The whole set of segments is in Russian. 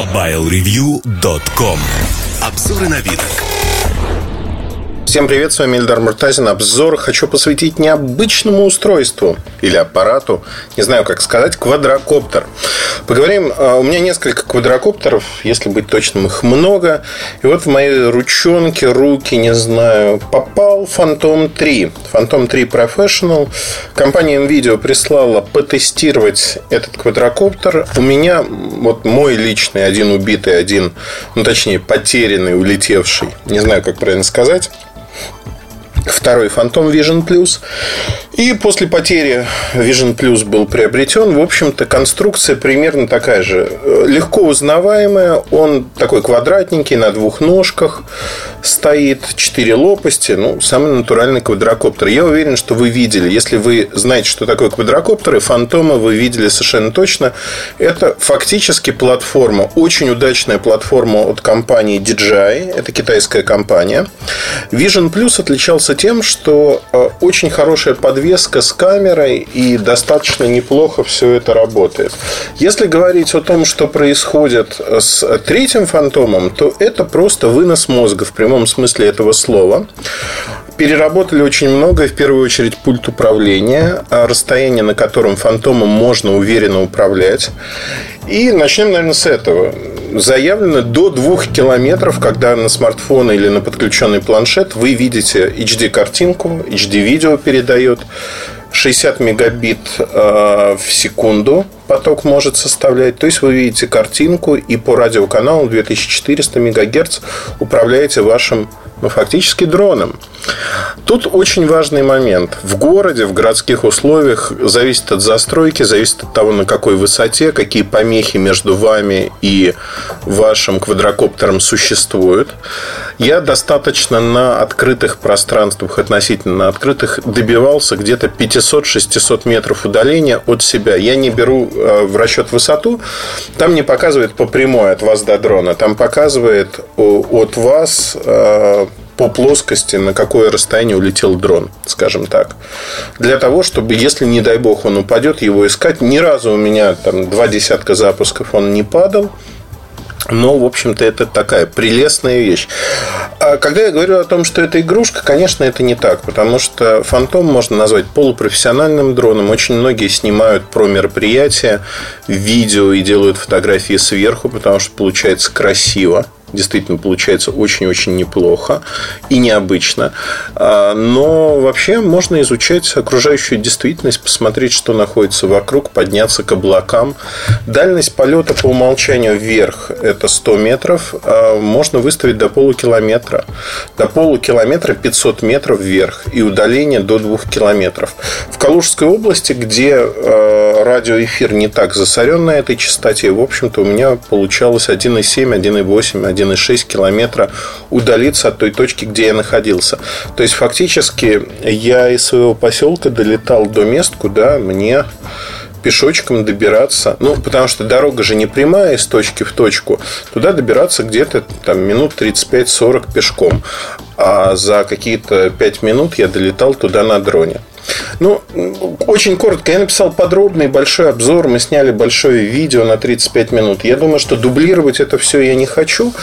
MobileReview.com. Обзоры новинок. Всем привет, с вами Эльдар Муртазин. Обзор хочу посвятить необычному устройству или аппарату, не знаю как сказать, квадрокоптер. Поговорим, у меня несколько квадрокоптеров, если быть точным, их много. И вот в мои ручонки, руки, не знаю, попал Phantom 3. Phantom 3 Professional. Компания NVIDIA прислала потестировать этот квадрокоптер. У меня вот мой личный, один убитый, один, ну точнее потерянный, улетевший, не знаю как правильно сказать, второй Phantom Vision Plus. И после потери Vision Plus был приобретен. В общем-то, конструкция примерно такая же. Легко узнаваемая. Он такой квадратненький, на двух ножках стоит, 4 лопасти. Ну, самый натуральный квадрокоптер. Я уверен, что вы видели. Если вы знаете, что такое квадрокоптеры, Фантома вы видели совершенно точно. Это фактически платформа. Очень удачная платформа от компании DJI. Это китайская компания. Vision Plus отличался тем, что очень хорошая подвеска с камерой, и достаточно неплохо все это работает. Если говорить о том, что происходит с третьим Фантомом, то это просто вынос мозга в прямом смысле этого слова. Переработали очень многое, в первую очередь пульт управления, расстояние, на котором Фантомом можно уверенно управлять. И начнем, наверное, с этого. Заявлено до 2 километров, когда на смартфон или на подключенный планшет вы видите HD-картинку, HD-видео передает, 60 мегабит в секунду поток может составлять. То есть вы видите картинку и по радиоканалу 2400 МГц управляете вашим, фактически дроном. Тут очень важный момент. В городе, в городских условиях зависит от застройки, зависит от того, на какой высоте, какие помехи между вами и вашим квадрокоптером существуют. Я достаточно на открытых пространствах, относительно открытых, добивался где-то 500-600 метров удаления от себя. Я не беру в расчет высоту. Там не показывает по прямой от вас до дрона. Там показывает от вас по плоскости, на какое расстояние улетел дрон, скажем так. Для того, чтобы, если, не дай бог, он упадет, его искать. Ни разу у меня там 20 запусков он не падал. Но, в общем-то, это такая прелестная вещь. А когда я говорю о том, что это игрушка, конечно, это не так. Потому что Phantom можно назвать полупрофессиональным дроном. Очень многие снимают про мероприятия, видео и делают фотографии сверху, потому что получается красиво. Действительно, получается очень-очень неплохо и необычно. Но вообще можно изучать окружающую действительность, посмотреть, что находится вокруг, подняться к облакам. Дальность полета по умолчанию вверх – это 100 метров. Можно выставить до полукилометра. До полукилометра 500 метров вверх. И удаление до 2 километров. В Калужской области, где радиоэфир не так засорен на этой частоте, в общем-то, у меня получалось 1,7, 1,8, 1,6 километра удалиться от той точки, где я находился. То есть, фактически, я из своего поселка долетал до мест, куда мне пешочком добираться. Ну, потому что дорога же не прямая из точки в точку. Туда добираться где-то там, минут 35-40 пешком. А за какие-то 5 минут я долетал туда на дроне. Ну, очень коротко. Я написал подробный большой обзор. Мы сняли большое видео на 35 минут. Я думаю, что дублировать это все я не хочу.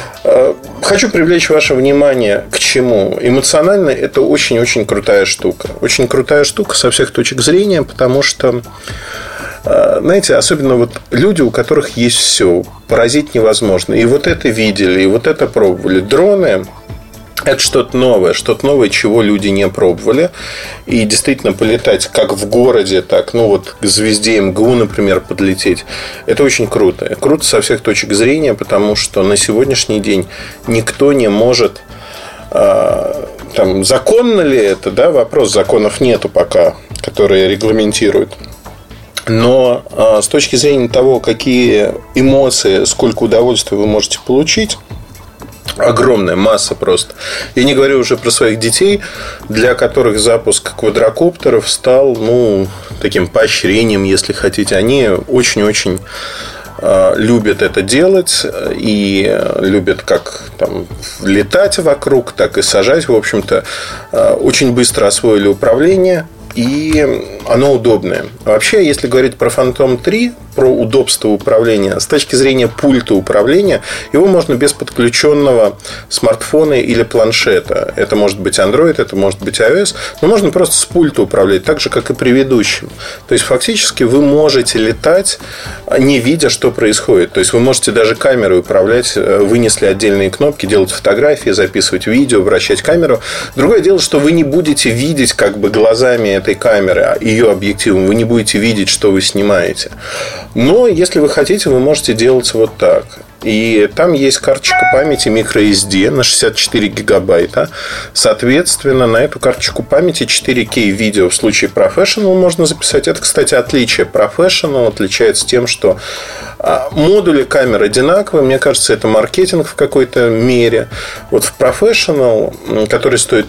Хочу привлечь ваше внимание к чему. Эмоционально это очень-очень крутая штука. Очень крутая штука со всех точек зрения. Потому что, знаете, особенно вот люди, у которых есть все, поразить невозможно. И вот это видели, и вот это пробовали. Дроны — это что-то новое, чего люди не пробовали. И действительно полетать как в городе, так, ну вот к звезде МГУ, например, подлететь. Это очень круто. Круто со всех точек зрения, потому что на сегодняшний день никто не может... Там, законно ли это, да, вопрос, законов нету пока, которые регламентируют. Но с точки зрения того, какие эмоции, сколько удовольствия вы можете получить, огромная масса просто. Я не говорю уже про своих детей, для которых запуск квадрокоптеров стал, таким поощрением, если хотите. Они очень-очень любят это делать и любят как там летать вокруг, так и сажать. В общем-то, очень быстро освоили управление, и оно удобное. Вообще, если говорить про Phantom 3, про удобство управления. С точки зрения пульта управления, его можно без подключенного смартфона или планшета. Это может быть Android, это может быть iOS, но можно просто с пульта управлять, так же, как и предыдущим. То есть, фактически, вы можете летать, не видя, что происходит. То есть, вы можете даже камерой управлять, вынесли отдельные кнопки, делать фотографии, записывать видео, вращать камеру. Другое дело, что вы не будете видеть как бы глазами этой камеры, ее объективом, вы не будете видеть, что вы снимаете. Но если вы хотите, вы можете делать вот так. И там есть карточка памяти microSD на 64 гигабайта. Соответственно, на эту карточку памяти 4К видео в случае Professional можно записать. Это, кстати, отличие. Professional отличается тем, что модули камер одинаковые. Мне кажется, это маркетинг в какой-то мере. Вот в Professional, который стоит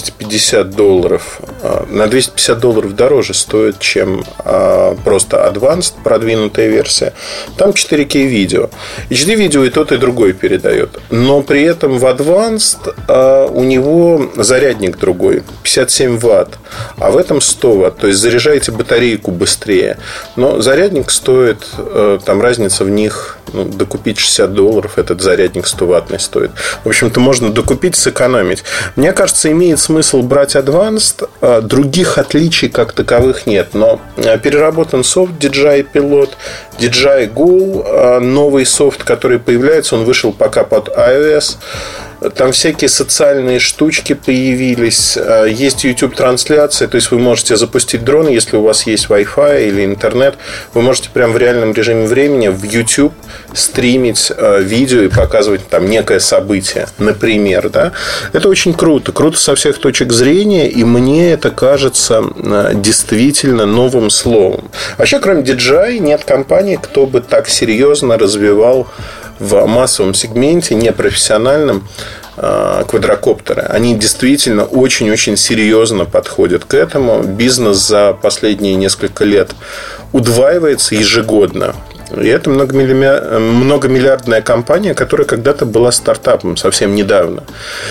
$1250, на $250 дороже стоит, чем просто Advanced, продвинутая версия. Там 4К видео. HD-видео и тот, и другой передает. Но при этом в Advanced у него зарядник другой, 57 Вт, а в этом 100 Вт. То есть заряжаете батарейку быстрее. Но зарядник стоит, там разница в них, докупить $60, этот зарядник 100-ваттный стоит. В общем-то, можно докупить, сэкономить. Мне кажется, имеет смысл брать Advanced. Других отличий как таковых нет. Но переработан софт DJI Pilot, DJI Go, новый софт, который появляется, он вышел пока под iOS. Там всякие социальные штучки появились. Есть YouTube-трансляция. То есть, вы можете запустить дрон, если у вас есть Wi-Fi или интернет. Вы можете прямо в реальном режиме времени в YouTube стримить видео и показывать там некое событие, например. Да? Это очень круто. Круто со всех точек зрения. И мне это кажется действительно новым словом. Вообще, кроме DJI, нет компании, кто бы так серьезно развивал в массовом сегменте, непрофессиональном, квадрокоптеры. Они действительно очень-очень серьезно подходят к этому. Бизнес за последние несколько лет удваивается ежегодно. И это многомиллиардная компания, которая когда-то была стартапом совсем недавно.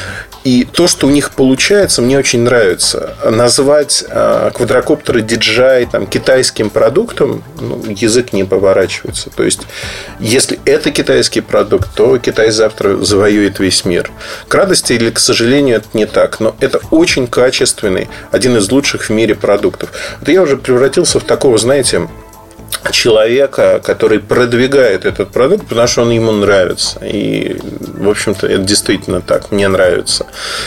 И то, что у них получается, мне очень нравится. Назвать квадрокоптеры DJI там, китайским продуктом, язык не поворачивается. То есть, если это китайский продукт, то Китай завтра завоюет весь мир. К радости или к сожалению, это не так. Но это очень качественный, один из лучших в мире продуктов. Вот я уже превратился в такого, знаете, человека, который продвигает этот продукт, потому что он ему нравится. И, в общем-то, это действительно так. Мне нравится.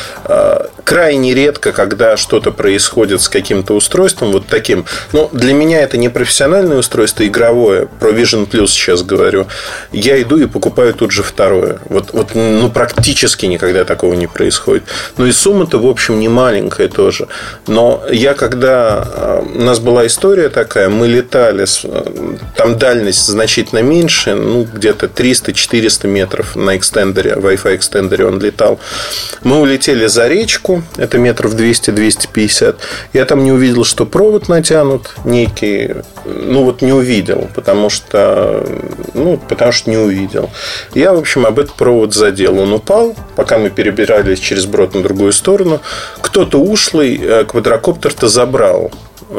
Крайне редко, когда что-то происходит с каким-то устройством, вот таким. Но для меня это не профессиональное устройство, игровое. Про Vision Plus сейчас говорю. Я иду и покупаю тут же второе. Практически никогда такого не происходит. Ну и сумма-то, в общем, не маленькая тоже. Но я когда... У нас была история такая. Мы летали... Там дальность значительно меньше. Где-то 300-400 метров на экстендере. Wi-Fi экстендере он летал. Мы улетели за речку. Это метров 200-250. Я там не увидел, что провод натянут некий. Не увидел. Потому что не увидел. Я, в общем, об этот провод задел. Он упал. Пока мы перебирались через брод на другую сторону, кто-то ушлый квадрокоптер-то забрал.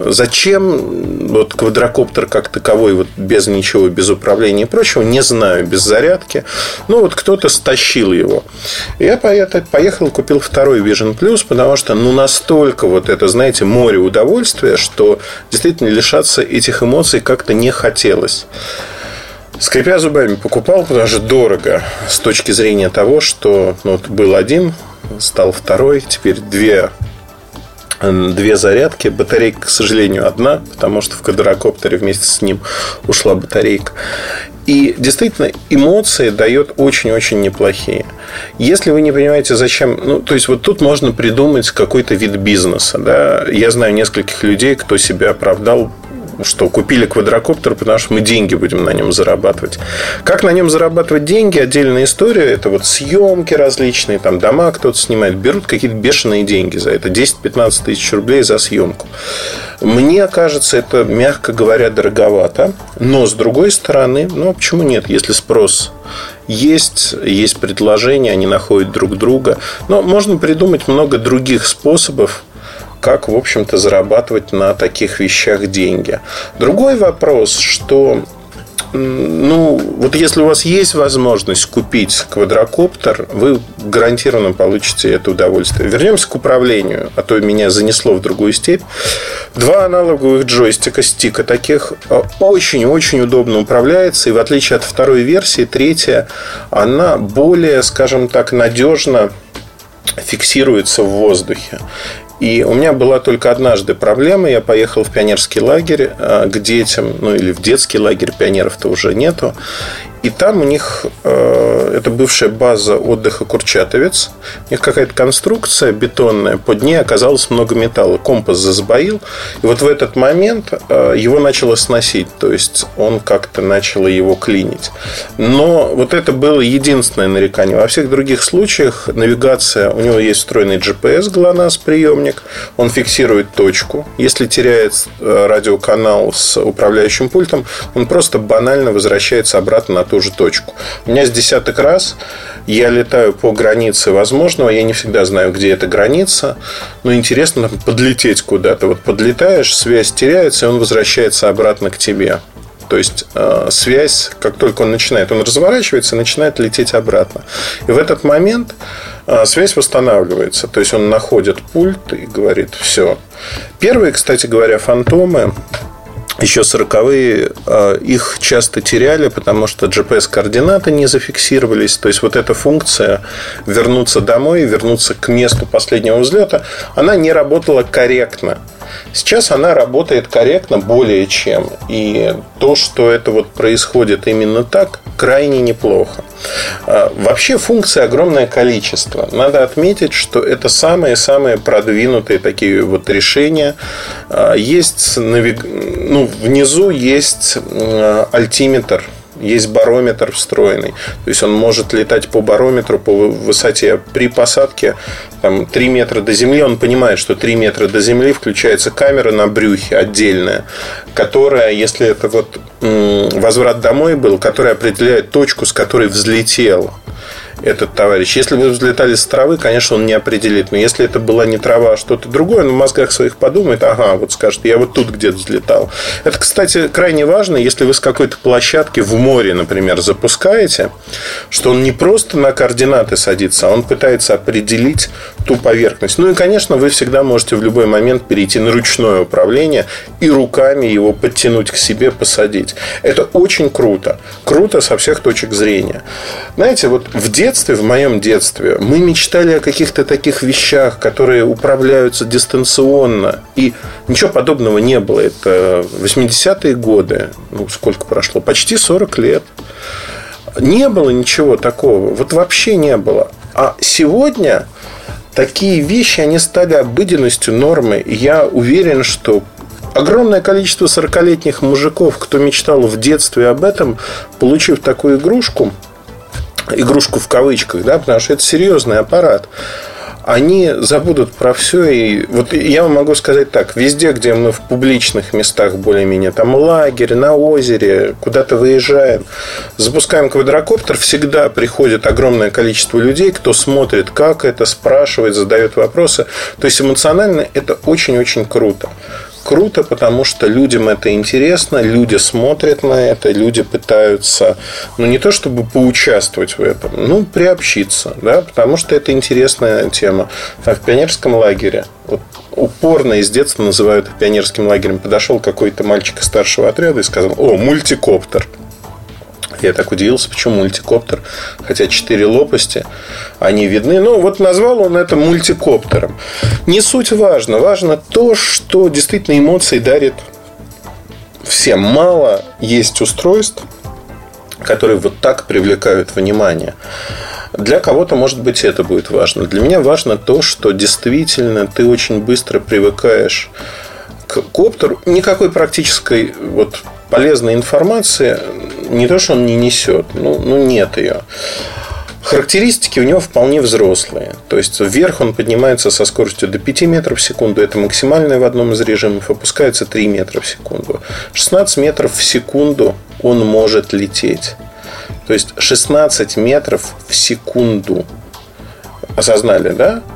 Зачем квадрокоптер как таковой, без ничего, без управления и прочего, не знаю, без зарядки. Кто-то стащил его. Я поехал, купил второй Vision Plus, потому что настолько это, знаете, море удовольствия, что действительно лишаться этих эмоций как-то не хотелось. Скрипя зубами покупал, потому что дорого с точки зрения того, что был один, стал второй, теперь две зарядки. Батарейка, к сожалению, одна, потому что в квадрокоптере вместе с ним ушла батарейка. И действительно, эмоции дает очень-очень неплохие. Если вы не понимаете, зачем... то есть, тут можно придумать какой-то вид бизнеса. Да? Я знаю нескольких людей, кто себя оправдал, что купили квадрокоптер, потому что мы деньги будем на нем зарабатывать. Как на нем зарабатывать деньги? Отдельная история. Это съемки различные, там дома кто-то снимает. Берут какие-то бешеные деньги за это. 10-15 тысяч рублей за съемку. Мне кажется, это, мягко говоря, дороговато. Но, с другой стороны, почему нет? Если спрос есть предложения, они находят друг друга. Но можно придумать много других способов, как, в общем-то, зарабатывать на таких вещах деньги. Другой вопрос, что вот если у вас есть возможность купить квадрокоптер, вы гарантированно получите это удовольствие. Вернемся к управлению, а то меня занесло в другую степь. 2 аналоговых джойстика, стика таких, очень-очень удобно управляется. И в отличие от второй версии, третья, она более, скажем так, надежно фиксируется в воздухе. И у меня была только однажды проблема. Я поехал в пионерский лагерь к детям, или в детский лагерь, пионеров-то уже нету. И там у них, это бывшая база отдыха Курчатовец, у них какая-то конструкция бетонная, под ней оказалось много металла. Компас засбоил, и вот в этот момент его начало сносить. То есть он как-то начал его клинить. Но вот это было единственное нарекание. Во всех других случаях навигация, у него есть встроенный GPS, ГЛОНАСС приемник, он фиксирует точку. Если теряет радиоканал с управляющим пультом, он просто банально возвращается обратно на ту же точку. У меня с десяток раз я летаю по границе возможного. Я не всегда знаю, где эта граница. Но интересно подлететь куда-то. Вот подлетаешь, связь теряется, и он возвращается обратно к тебе. То есть связь, как только он разворачивается и начинает лететь обратно. И в этот момент связь восстанавливается. То есть он находит пульт и говорит: все. Первые, кстати говоря, фантомы, еще 40-е, их часто теряли, потому что GPS-координаты не зафиксировались. То есть вот эта функция вернуться домой, вернуться к месту последнего взлета, она не работала корректно. Сейчас она работает корректно более чем. И то, что это вот происходит именно так, крайне неплохо. Вообще функций огромное количество. Надо отметить, что это самые-самые продвинутые такие вот решения. Есть внизу есть альтиметр, есть барометр встроенный. То есть он может летать по барометру, по высоте. При посадке 3 метра до земли, он понимает, что 3 метра до земли включается камера на брюхе отдельная, которая, если это вот возврат домой был, которая определяет точку, с которой взлетел этот товарищ. Если вы взлетали с травы, конечно, он не определит. Но если это была не трава, а что-то другое, он в мозгах своих подумает: ага, вот скажет, я вот тут где-то взлетал. Это, кстати, крайне важно, если вы с какой-то площадки в море, например, запускаете, что он не просто на координаты садится, а он пытается определить ту поверхность. Ну и, конечно, вы всегда можете в любой момент перейти на ручное управление и руками его подтянуть к себе, посадить. Это очень круто. Круто со всех точек зрения. Знаете, вот в моем детстве мы мечтали о каких-то таких вещах, которые управляются дистанционно. И ничего подобного не было. Это 80-е годы. Сколько прошло? Почти 40 лет. Не было ничего такого. Вот вообще не было. А сегодня такие вещи, они стали обыденностью, нормой. И я уверен, что огромное количество 40-летних мужиков, кто мечтал в детстве об этом, получив такую игрушку в кавычках, да, потому что это серьезный аппарат, они забудут про все. И вот я вам могу сказать так: везде, где мы в публичных местах более-менее, там лагерь, на озере, куда-то выезжаем, запускаем квадрокоптер, всегда приходит огромное количество людей, кто смотрит, как это, спрашивает, задает вопросы. То есть эмоционально это очень-очень круто. Круто, потому что людям это интересно, люди смотрят на это, люди пытаются, не то чтобы поучаствовать в этом, приобщиться, да, потому что это интересная тема. А в пионерском лагере, вот упорно из детства называют пионерским лагерем, подошел какой-то мальчик из старшего отряда и сказал: о, мультикоптер. Я так удивился, почему мультикоптер, хотя 4 лопасти, они видны. Вот назвал он это мультикоптером. Не суть важно. Важно то, что действительно эмоции дарит всем. Мало есть устройств, которые вот так привлекают внимание. Для кого-то, может быть, это будет важно. Для меня важно то, что действительно ты очень быстро привыкаешь к коптеру. Никакой практической полезной информации не то, что он не несет, нет ее. Характеристики у него вполне взрослые. То есть вверх он поднимается со скоростью до 5 метров в секунду. Это максимальное в одном из режимов. Опускается 3 метра в секунду. 16 метров в секунду он может лететь. То есть 16 метров в секунду. Осознали, да?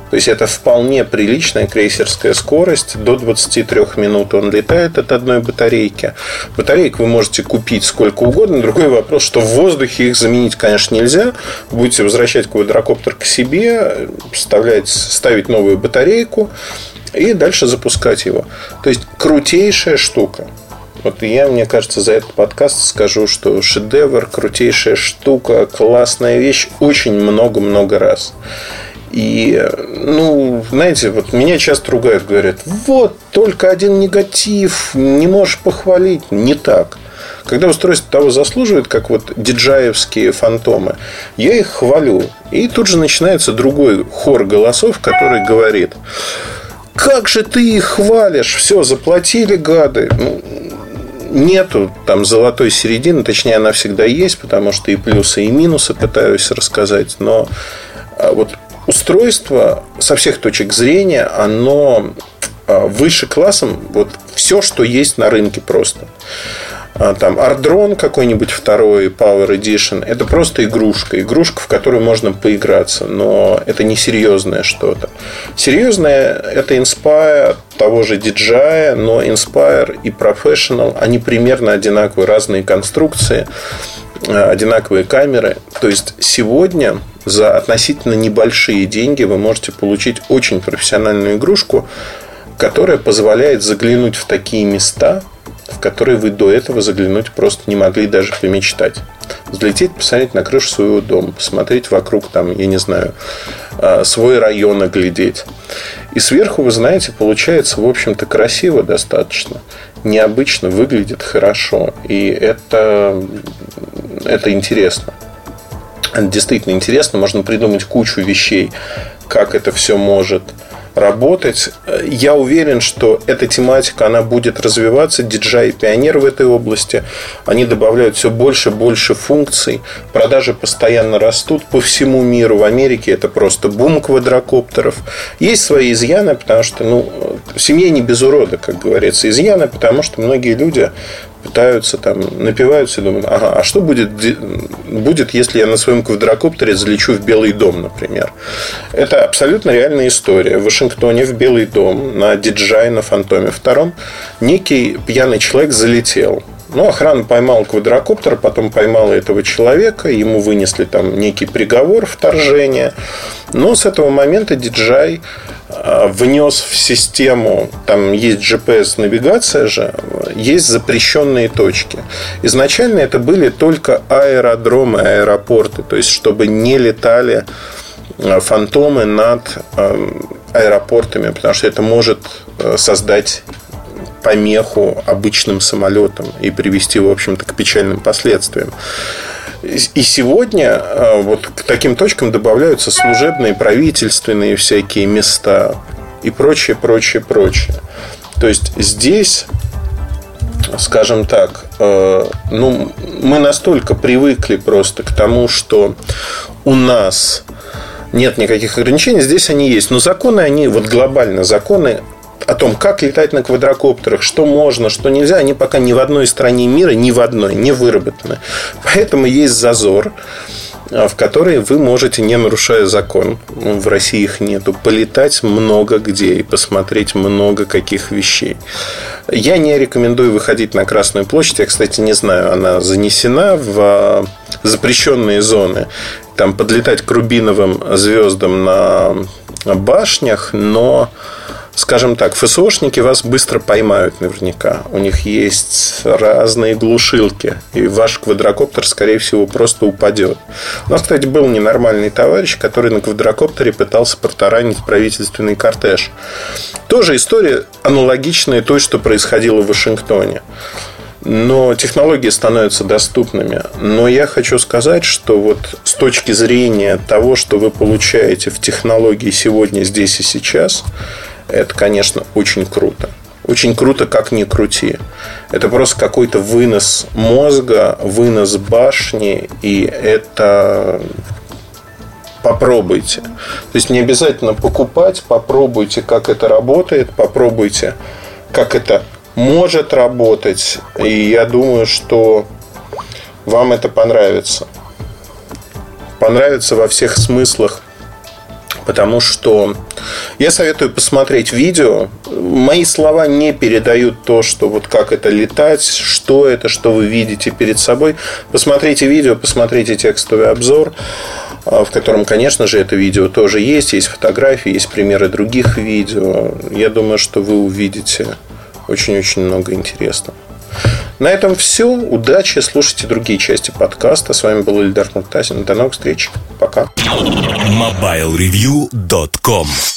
То есть это вполне приличная крейсерская скорость. До 23 минут он летает от одной батарейки. Батареек вы можете купить сколько угодно. Другой вопрос, что в воздухе их заменить, конечно, нельзя. Будете возвращать квадрокоптер к себе, ставить новую батарейку и дальше запускать его. То есть крутейшая штука. Вот я, мне кажется, за этот подкаст скажу, что шедевр, крутейшая штука, классная вещь очень много-много раз. И, знаете, вот меня часто ругают, говорят, вот, только один негатив, не можешь похвалить. Не так. Когда устройство того заслуживает, как вот DJI-евские фантомы, я их хвалю. И тут же начинается другой хор голосов, который говорит: как же ты их хвалишь? Все, заплатили, гады. Нету там золотой середины. Точнее, она всегда есть, потому что и плюсы, и минусы пытаюсь рассказать. Но вот устройство со всех точек зрения, оно выше классом. Вот все, что есть на рынке просто. Там Ardron какой-нибудь второй Power Edition, это просто игрушка, в которую можно поиграться, но это не серьезное что-то. Серьезное это Inspire того же DJI, но Inspire и Professional, они примерно одинаковые, разные конструкции, одинаковые камеры. То есть сегодня за относительно небольшие деньги вы можете получить очень профессиональную игрушку, которая позволяет заглянуть в такие места, в которые вы до этого заглянуть просто не могли даже помечтать. Взлететь, посмотреть на крышу своего дома, посмотреть вокруг, там, я не знаю, свой район оглядеть. И сверху, вы знаете, получается, в общем-то, красиво достаточно. Необычно, выглядит хорошо. И это интересно. Это действительно интересно. Можно придумать кучу вещей, как это все может работать. Я уверен, что эта тематика, она будет развиваться. DJI пионер в этой области. Они добавляют все больше и больше функций. Продажи постоянно растут по всему миру. В Америке это просто бум квадрокоптеров. Есть свои изъяны, потому что в семье не без урода, как говорится. Изъяны, потому что многие люди пытаются там, напиваются и думают: а что будет, если я на своем квадрокоптере залечу в Белый дом, например. Это абсолютно реальная история. В Вашингтоне в Белый дом на DJI, на Фантоме 2 некий пьяный человек залетел. Охрана поймала квадрокоптер, потом поймала этого человека, ему вынесли там некий приговор вторжения. Но с этого момента DJI внес в систему, там есть GPS-навигация же, есть запрещенные точки. Изначально это были только аэродромы, аэропорты, то есть чтобы не летали фантомы над аэропортами, потому что это может создать помеху обычным самолетам и привести, в общем-то, к печальным последствиям. И сегодня вот к таким точкам добавляются служебные, правительственные всякие места и прочее, прочее, прочее. То есть здесь, скажем так, мы настолько привыкли просто к тому, что у нас нет никаких ограничений, здесь они есть. Но законы, они вот глобально законы о том, как летать на квадрокоптерах, что можно, что нельзя, они пока ни в одной стране мира, ни в одной не выработаны. Поэтому есть зазор, в который вы можете, не нарушая закон, в России их нету, полетать много где и посмотреть много каких вещей. Я не рекомендую выходить на Красную площадь. Я, кстати, не знаю, она занесена в запрещенные зоны. Там подлетать к рубиновым звездам на башнях, но, скажем так, ФСОшники вас быстро поймают наверняка. У них есть разные глушилки, и ваш квадрокоптер, скорее всего, просто упадет. У нас, кстати, был ненормальный товарищ, который на квадрокоптере пытался протаранить правительственный кортеж. Тоже история аналогичная той, что происходило в Вашингтоне. Но технологии становятся доступными. Но я хочу сказать, что вот с точки зрения того, что вы получаете в технологии сегодня, здесь и сейчас, это, конечно, очень круто. Очень круто, как ни крути. Это просто какой-то вынос мозга, вынос башни. И это попробуйте. То есть не обязательно покупать. Попробуйте, как это работает. Попробуйте, как это может работать. И я думаю, что вам это понравится. Понравится во всех смыслах Потому что я советую посмотреть видео. Мои слова не передают то, что вот как это летать, что это, что вы видите перед собой. Посмотрите видео, посмотрите текстовый обзор, в котором, конечно же, это видео тоже есть. Есть фотографии, есть примеры других видео. Я думаю, что вы увидите очень-очень много интересного. На этом все. Удачи. Слушайте другие части подкаста. С вами был Ильдар Муртазин. До новых встреч. Пока. MobileReview.com